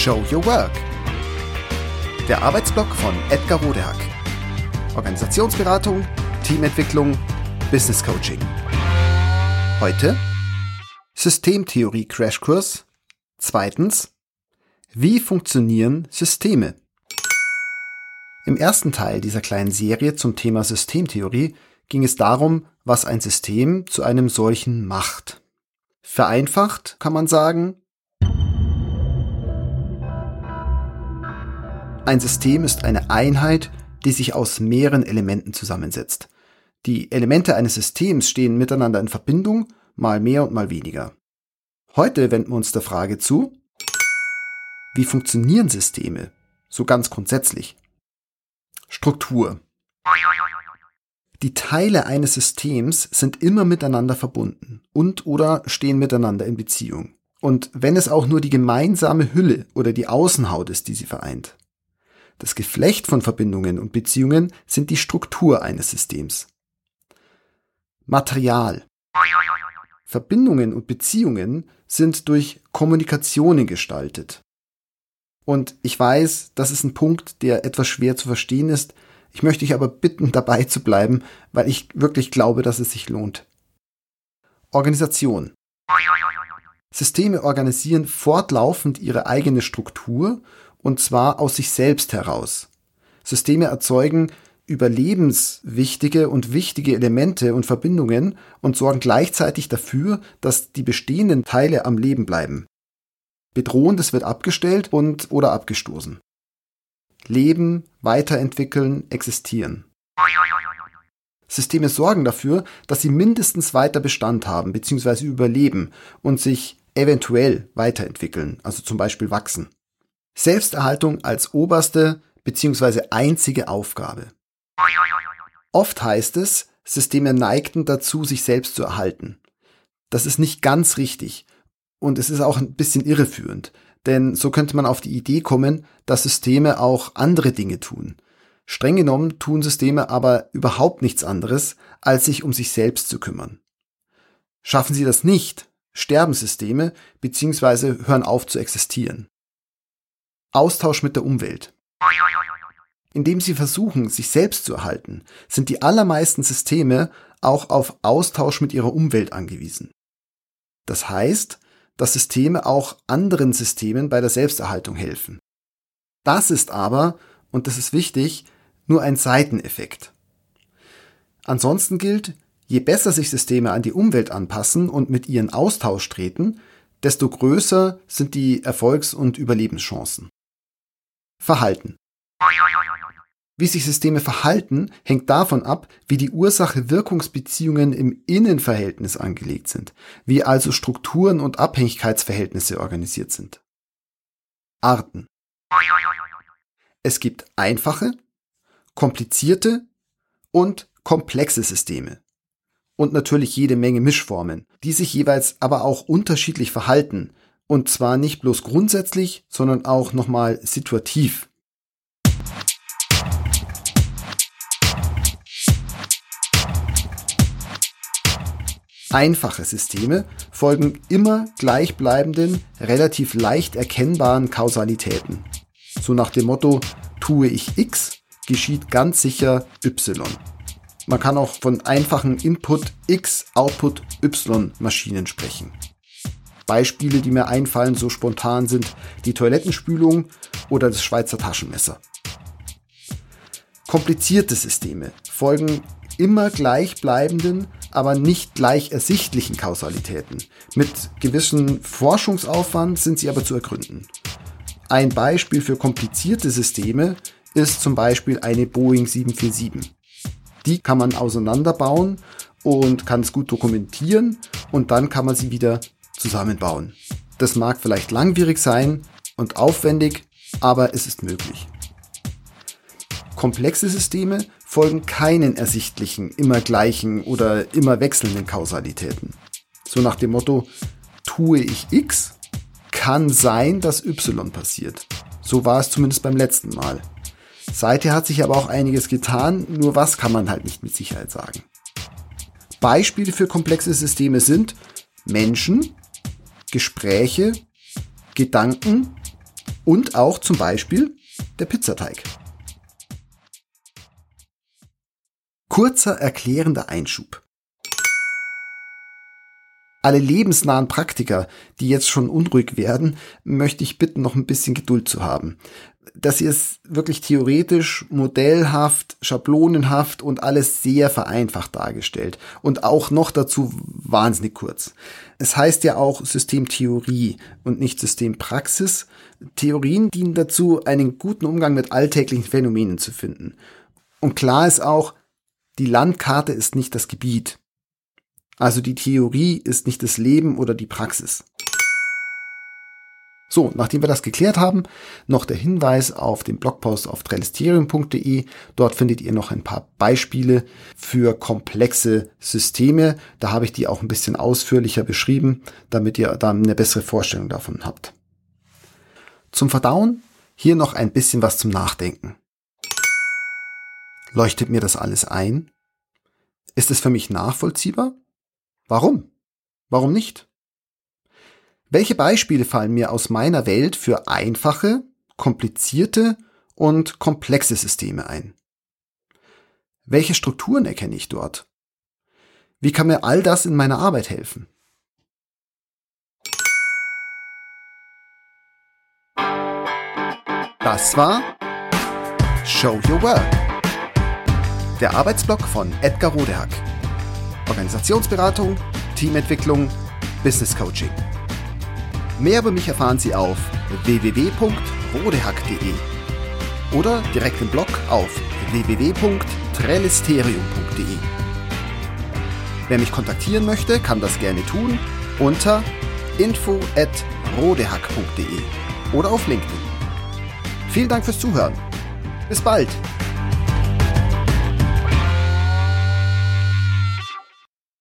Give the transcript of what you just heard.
Show Your Work. Der Arbeitsblock von Edgar Rodehack. Organisationsberatung, Teamentwicklung, Business Coaching. Heute Systemtheorie-Crashkurs. Zweitens, wie funktionieren Systeme? Im ersten Teil dieser kleinen Serie zum Thema Systemtheorie ging es darum, was ein System zu einem solchen macht. Vereinfacht kann man sagen, ein System ist eine Einheit, die sich aus mehreren Elementen zusammensetzt. Die Elemente eines Systems stehen miteinander in Verbindung, mal mehr und mal weniger. Heute wenden wir uns der Frage zu, wie funktionieren Systeme? So ganz grundsätzlich. Struktur. Die Teile eines Systems sind immer miteinander verbunden und/oder stehen miteinander in Beziehung. Und wenn es auch nur die gemeinsame Hülle oder die Außenhaut ist, die sie vereint. Das Geflecht von Verbindungen und Beziehungen sind die Struktur eines Systems. Material. Verbindungen und Beziehungen sind durch Kommunikationen gestaltet. Und ich weiß, das ist ein Punkt, der etwas schwer zu verstehen ist. Ich möchte dich aber bitten, dabei zu bleiben, weil ich wirklich glaube, dass es sich lohnt. Organisation. Systeme organisieren fortlaufend ihre eigene Struktur, und zwar aus sich selbst heraus. Systeme erzeugen überlebenswichtige und wichtige Elemente und Verbindungen und sorgen gleichzeitig dafür, dass die bestehenden Teile am Leben bleiben. Bedrohendes wird abgestellt oder abgestoßen. Leben, weiterentwickeln, existieren. Systeme sorgen dafür, dass sie mindestens weiter Bestand haben bzw. überleben und sich eventuell weiterentwickeln, also zum Beispiel wachsen. Selbsterhaltung als oberste bzw. einzige Aufgabe. Oft heißt es, Systeme neigten dazu, sich selbst zu erhalten. Das ist nicht ganz richtig und es ist auch ein bisschen irreführend, denn so könnte man auf die Idee kommen, dass Systeme auch andere Dinge tun. Streng genommen tun Systeme aber überhaupt nichts anderes, als sich um sich selbst zu kümmern. Schaffen sie das nicht, sterben Systeme bzw. hören auf zu existieren. Austausch mit der Umwelt. Indem sie versuchen, sich selbst zu erhalten, sind die allermeisten Systeme auch auf Austausch mit ihrer Umwelt angewiesen. Das heißt, dass Systeme auch anderen Systemen bei der Selbsterhaltung helfen. Das ist aber, und das ist wichtig, nur ein Seiteneffekt. Ansonsten gilt, je besser sich Systeme an die Umwelt anpassen und mit ihren Austausch treten, desto größer sind die Erfolgs- und Überlebenschancen. Verhalten. Wie sich Systeme verhalten, hängt davon ab, wie die Ursache-Wirkungsbeziehungen im Innenverhältnis angelegt sind, wie also Strukturen und Abhängigkeitsverhältnisse organisiert sind. Arten. Es gibt einfache, komplizierte und komplexe Systeme. Und natürlich jede Menge Mischformen, die sich jeweils aber auch unterschiedlich verhalten. Und zwar nicht bloß grundsätzlich, sondern auch nochmal situativ. Einfache Systeme folgen immer gleichbleibenden, relativ leicht erkennbaren Kausalitäten. So nach dem Motto, tue ich X, geschieht ganz sicher Y. Man kann auch von einfachen Input X, Output Y Maschinen sprechen. Beispiele, die mir einfallen, so spontan sind die Toilettenspülung oder das Schweizer Taschenmesser. Komplizierte Systeme folgen immer gleichbleibenden, aber nicht gleich ersichtlichen Kausalitäten. Mit gewissem Forschungsaufwand sind sie aber zu ergründen. Ein Beispiel für komplizierte Systeme ist zum Beispiel eine Boeing 747. Die kann man auseinanderbauen und kann es gut dokumentieren und dann kann man sie wieder zusammenbauen. Das mag vielleicht langwierig sein und aufwendig, aber es ist möglich. Komplexe Systeme folgen keinen ersichtlichen, immer gleichen oder immer wechselnden Kausalitäten. So nach dem Motto, tue ich X, kann sein, dass Y passiert. So war es zumindest beim letzten Mal. Seither hat sich aber auch einiges getan, nur was kann man halt nicht mit Sicherheit sagen. Beispiele für komplexe Systeme sind Menschen, Gespräche, Gedanken Und auch zum Beispiel der Pizzateig. Kurzer erklärender Einschub. Alle lebensnahen Praktiker, die jetzt schon unruhig werden, möchte ich bitten, noch ein bisschen Geduld zu haben. Das hier ist wirklich theoretisch, modellhaft, schablonenhaft und alles sehr vereinfacht dargestellt. Und auch noch dazu wahnsinnig kurz. Es heißt ja auch Systemtheorie und nicht Systempraxis. Theorien dienen dazu, einen guten Umgang mit alltäglichen Phänomenen zu finden. Und klar ist auch, die Landkarte ist nicht das Gebiet. Also die Theorie ist nicht das Leben oder die Praxis. So, nachdem wir das geklärt haben, noch der Hinweis auf den Blogpost auf trellisterium.de. Dort findet ihr noch ein paar Beispiele für komplexe Systeme. Da habe ich die auch ein bisschen ausführlicher beschrieben, damit ihr dann eine bessere Vorstellung davon habt. Zum Verdauen hier noch ein bisschen was zum Nachdenken. Leuchtet mir das alles ein? Ist es für mich nachvollziehbar? Warum? Warum nicht? Welche Beispiele fallen mir aus meiner Welt für einfache, komplizierte und komplexe Systeme ein? Welche Strukturen erkenne ich dort? Wie kann mir all das in meiner Arbeit helfen? Das war Show Your Work, der Arbeitsblock von Edgar Rodehack. Organisationsberatung, Teamentwicklung, Business Coaching. Mehr über mich erfahren Sie auf www.rodehack.de oder direkt im Blog auf www.trellisterium.de. Wer mich kontaktieren möchte, kann das gerne tun unter info@rodehack.de oder auf LinkedIn. Vielen Dank fürs Zuhören. Bis bald!